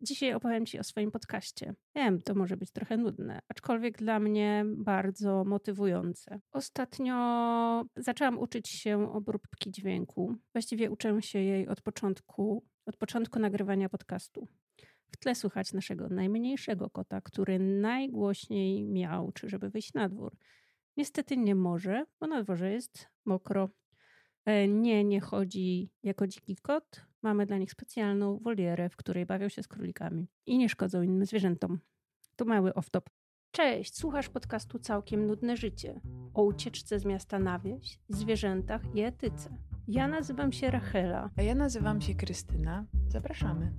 Dzisiaj opowiem Ci o swoim podcaście. Wiem, to może być trochę nudne, aczkolwiek dla mnie bardzo motywujące. Ostatnio zaczęłam uczyć się obróbki dźwięku. Właściwie uczę się jej od początku nagrywania podcastu. W tle słychać naszego najmniejszego kota, który najgłośniej miauczy, żeby wyjść na dwór. Niestety nie może, bo na dworze jest mokro. Nie chodzi jako dziki kot. Mamy dla nich specjalną wolierę, w której bawią się z królikami i nie szkodzą innym zwierzętom. To mały off-top. Cześć, słuchasz podcastu Całkiem Nudne Życie o ucieczce z miasta na wieś, zwierzętach i etyce. Ja nazywam się Rachela. A ja nazywam się Krystyna. Zapraszamy.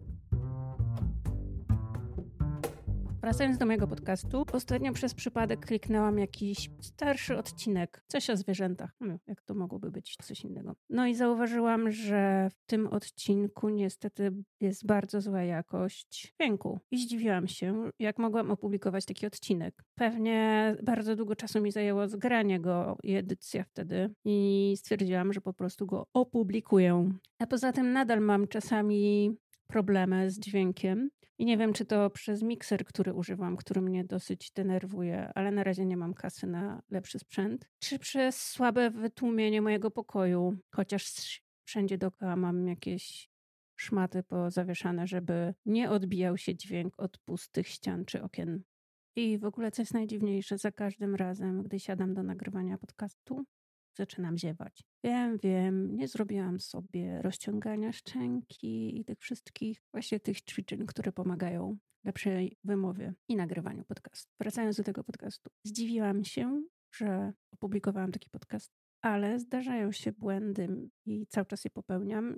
Wracając do mojego podcastu, ostatnio przez przypadek kliknęłam jakiś starszy odcinek, coś o zwierzętach. Jak to mogłoby być coś innego. No i zauważyłam, że w tym odcinku niestety jest bardzo zła jakość dźwięku. I zdziwiłam się, jak mogłam opublikować taki odcinek. Pewnie bardzo długo czasu mi zajęło zgranie go i edycja wtedy i stwierdziłam, że po prostu go opublikuję. A poza tym nadal mam czasami problemy z dźwiękiem i nie wiem, czy to przez mikser, który używam, który mnie dosyć denerwuje, ale na razie nie mam kasy na lepszy sprzęt, czy przez słabe wytłumienie mojego pokoju, chociaż wszędzie dookoła mam jakieś szmaty pozawieszane, żeby nie odbijał się dźwięk od pustych ścian czy okien. I w ogóle co jest najdziwniejsze, za każdym razem, gdy siadam do nagrywania podcastu, zaczynam ziewać. Wiem, nie zrobiłam sobie rozciągania szczęki i tych wszystkich właśnie tych ćwiczeń, które pomagają lepszej wymowie i nagrywaniu podcastu. Wracając do tego podcastu, zdziwiłam się, że opublikowałam taki podcast, ale zdarzają się błędy i cały czas je popełniam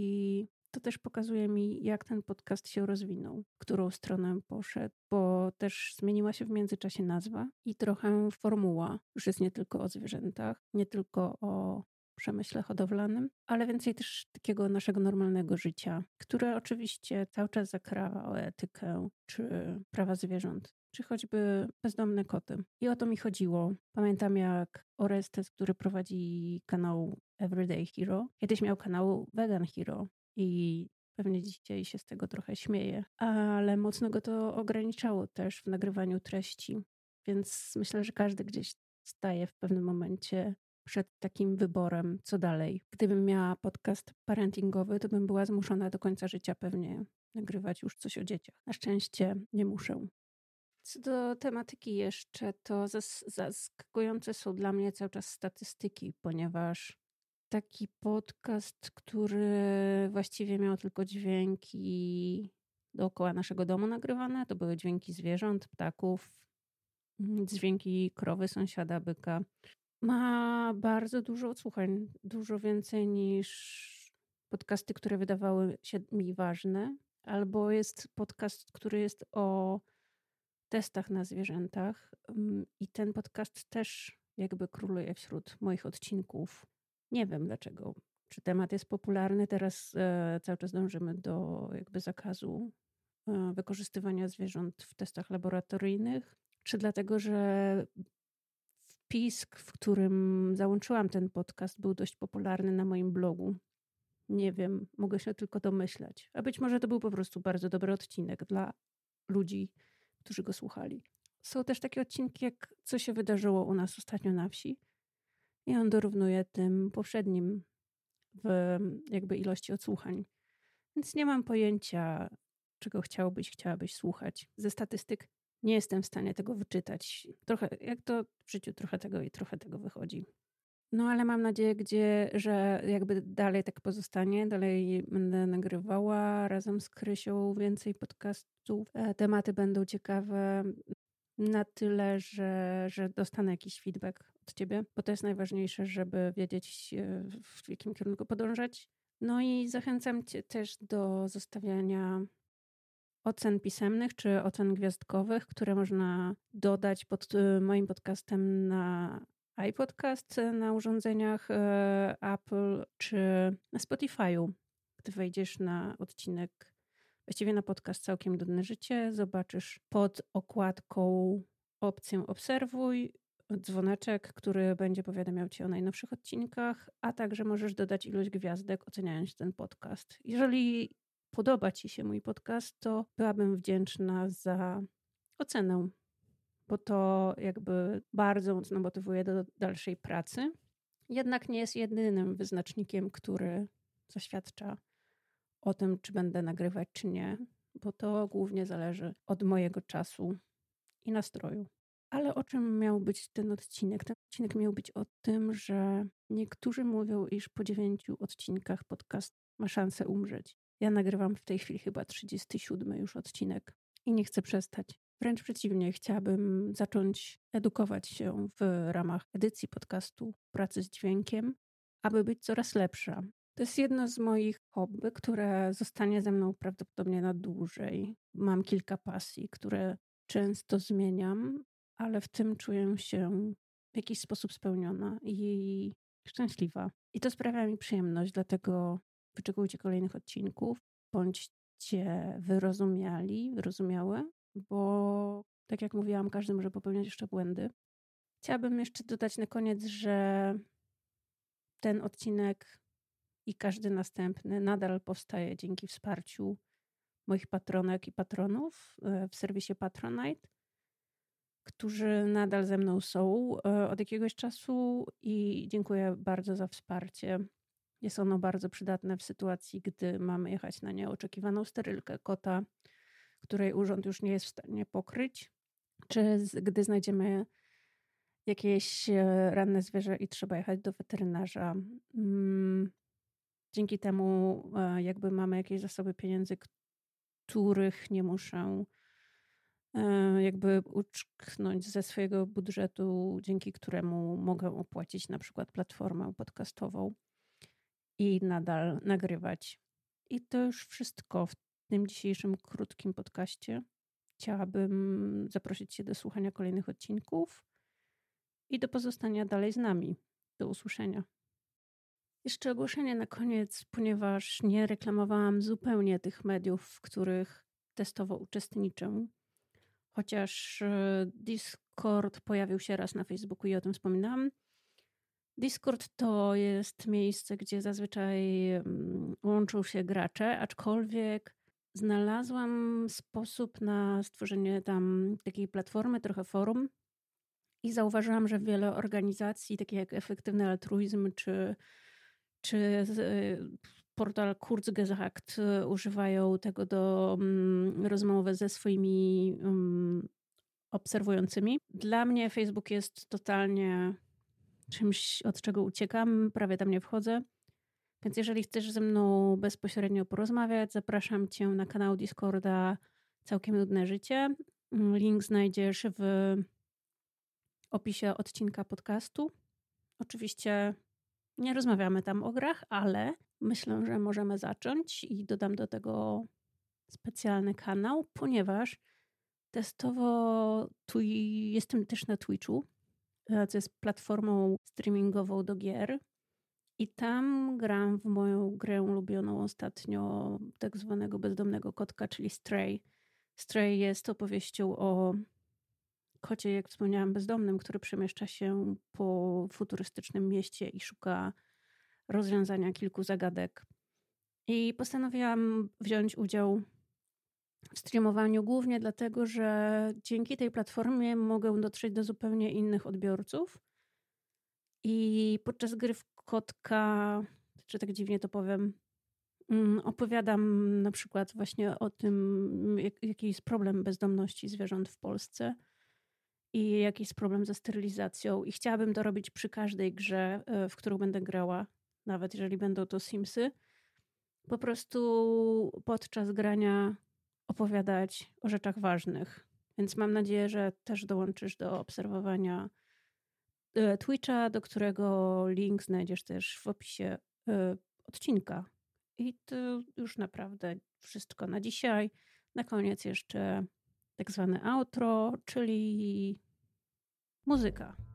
i to też pokazuje mi, jak ten podcast się rozwinął, w którą stronę poszedł, bo też zmieniła się w międzyczasie nazwa i trochę formuła. Już jest nie tylko o zwierzętach, nie tylko o przemyśle hodowlanym, ale więcej też takiego naszego normalnego życia, które oczywiście cały czas zakrawa o etykę czy prawa zwierząt, czy choćby bezdomne koty. I o to mi chodziło. Pamiętam, jak Orestes, który prowadzi kanał Everyday Hero, kiedyś miał kanał Vegan Hero i pewnie dzisiaj się z tego trochę śmieje, ale mocno go to ograniczało też w nagrywaniu treści, więc myślę, że każdy gdzieś staje w pewnym momencie przed takim wyborem, co dalej. Gdybym miała podcast parentingowy, to bym była zmuszona do końca życia pewnie nagrywać już coś o dzieciach. Na szczęście nie muszę. Co do tematyki jeszcze, to zaskakujące są dla mnie cały czas statystyki, ponieważ taki podcast, który właściwie miał tylko dźwięki dookoła naszego domu nagrywane, to były dźwięki zwierząt, ptaków, dźwięki krowy, sąsiada, byka. Ma bardzo dużo odsłuchań, dużo więcej niż podcasty, które wydawały się mi ważne, albo jest podcast, który jest o testach na zwierzętach i ten podcast też jakby króluje wśród moich odcinków. Nie wiem dlaczego. Czy temat jest popularny? Teraz cały czas dążymy do jakby zakazu wykorzystywania zwierząt w testach laboratoryjnych. Czy dlatego, że wpis, w którym załączyłam ten podcast, był dość popularny na moim blogu? Nie wiem, mogę się tylko domyślać. A być może to był po prostu bardzo dobry odcinek dla ludzi, którzy go słuchali. Są też takie odcinki, jak co się wydarzyło u nas ostatnio na wsi i on dorównuje tym poprzednim w jakby ilości odsłuchań. Więc nie mam pojęcia, czego chciałabyś słuchać. Ze statystyk nie jestem w stanie tego wyczytać. Trochę, jak to w życiu, trochę tego i trochę tego wychodzi. No ale mam nadzieję, że jakby dalej tak pozostanie, dalej będę nagrywała razem z Krysią więcej podcastów. Tematy będą ciekawe na tyle, że dostanę jakiś feedback od ciebie, bo to jest najważniejsze, żeby wiedzieć, w jakim kierunku podążać. No i zachęcam cię też do zostawiania ocen pisemnych czy ocen gwiazdkowych, które można dodać pod moim podcastem na iPodcast na urządzeniach Apple czy na Spotify'u. Gdy wejdziesz na odcinek, właściwie na podcast Całkiem Nudne Życie, zobaczysz pod okładką opcję obserwuj, dzwoneczek, który będzie powiadamiał cię o najnowszych odcinkach, a także możesz dodać ilość gwiazdek oceniając ten podcast. Jeżeli podoba Ci się mój podcast, to byłabym wdzięczna za ocenę, bo to jakby bardzo mocno motywuje do dalszej pracy. Jednak nie jest jedynym wyznacznikiem, który zaświadcza o tym, czy będę nagrywać, czy nie, bo to głównie zależy od mojego czasu i nastroju. Ale o czym miał być ten odcinek? Ten odcinek miał być o tym, że niektórzy mówią, iż po 9 odcinkach podcast ma szansę umrzeć. Ja nagrywam w tej chwili chyba 37 już odcinek i nie chcę przestać. Wręcz przeciwnie, chciałabym zacząć edukować się w ramach edycji podcastu, pracy z dźwiękiem, aby być coraz lepsza. To jest jedno z moich hobby, które zostanie ze mną prawdopodobnie na dłużej. Mam kilka pasji, które często zmieniam, ale w tym czuję się w jakiś sposób spełniona i szczęśliwa. I to sprawia mi przyjemność, dlatego wyczekujcie kolejnych odcinków. Bądźcie wyrozumiałe, bo tak jak mówiłam, każdy może popełniać jeszcze błędy. Chciałabym jeszcze dodać na koniec, że ten odcinek i każdy następny nadal powstaje dzięki wsparciu moich patronek i patronów w serwisie Patronite, którzy nadal ze mną są od jakiegoś czasu i dziękuję bardzo za wsparcie. Jest ono bardzo przydatne w sytuacji, gdy mamy jechać na nieoczekiwaną sterylkę kota, której urząd już nie jest w stanie pokryć, czy gdy znajdziemy jakieś ranne zwierzę i trzeba jechać do weterynarza. Dzięki temu jakby mamy jakieś zasoby pieniędzy, których nie muszę jakby uczknąć ze swojego budżetu, dzięki któremu mogę opłacić na przykład platformę podcastową i nadal nagrywać. I to już wszystko w tym dzisiejszym krótkim podcaście. Chciałabym zaprosić Cię do słuchania kolejnych odcinków i do pozostania dalej z nami. Do usłyszenia. Jeszcze ogłoszenie na koniec, ponieważ nie reklamowałam zupełnie tych mediów, w których testowo uczestniczę. Chociaż Discord pojawił się raz na Facebooku i o tym wspominałam. Discord to jest miejsce, gdzie zazwyczaj łączą się gracze, aczkolwiek znalazłam sposób na stworzenie tam takiej platformy, trochę forum i zauważyłam, że wiele organizacji, takie jak Efektywny Altruizm czy portal Kurzgesagt używają tego do rozmowy ze swoimi obserwującymi. Dla mnie Facebook jest totalnie czymś, od czego uciekam, prawie tam nie wchodzę. Więc jeżeli chcesz ze mną bezpośrednio porozmawiać, zapraszam Cię na kanał Discorda Całkiem Nudne Życie. Link znajdziesz w opisie odcinka podcastu. Oczywiście nie rozmawiamy tam o grach, ale myślę, że możemy zacząć i dodam do tego specjalny kanał, ponieważ testowo jestem też na Twitchu, co jest platformą streamingową do gier i tam gram w moją grę ulubioną ostatnio, tak zwanego bezdomnego kotka, czyli Stray. Stray jest opowieścią o kocie, jak wspomniałam, bezdomnym, który przemieszcza się po futurystycznym mieście i szuka rozwiązania kilku zagadek. I postanowiłam wziąć udział w streamowaniu głównie dlatego, że dzięki tej platformie mogę dotrzeć do zupełnie innych odbiorców. I podczas gry w kotka, czy tak dziwnie to powiem, opowiadam na przykład właśnie o tym, jaki jest problem bezdomności zwierząt w Polsce i jaki jest problem ze sterylizacją. I chciałabym to robić przy każdej grze, w którą będę grała, nawet jeżeli będą to Simsy. Po prostu podczas grania opowiadać o rzeczach ważnych. Więc mam nadzieję, że też dołączysz do obserwowania Twitcha, do którego link znajdziesz też w opisie odcinka. I to już naprawdę wszystko na dzisiaj. Na koniec jeszcze tak zwane outro, czyli muzyka.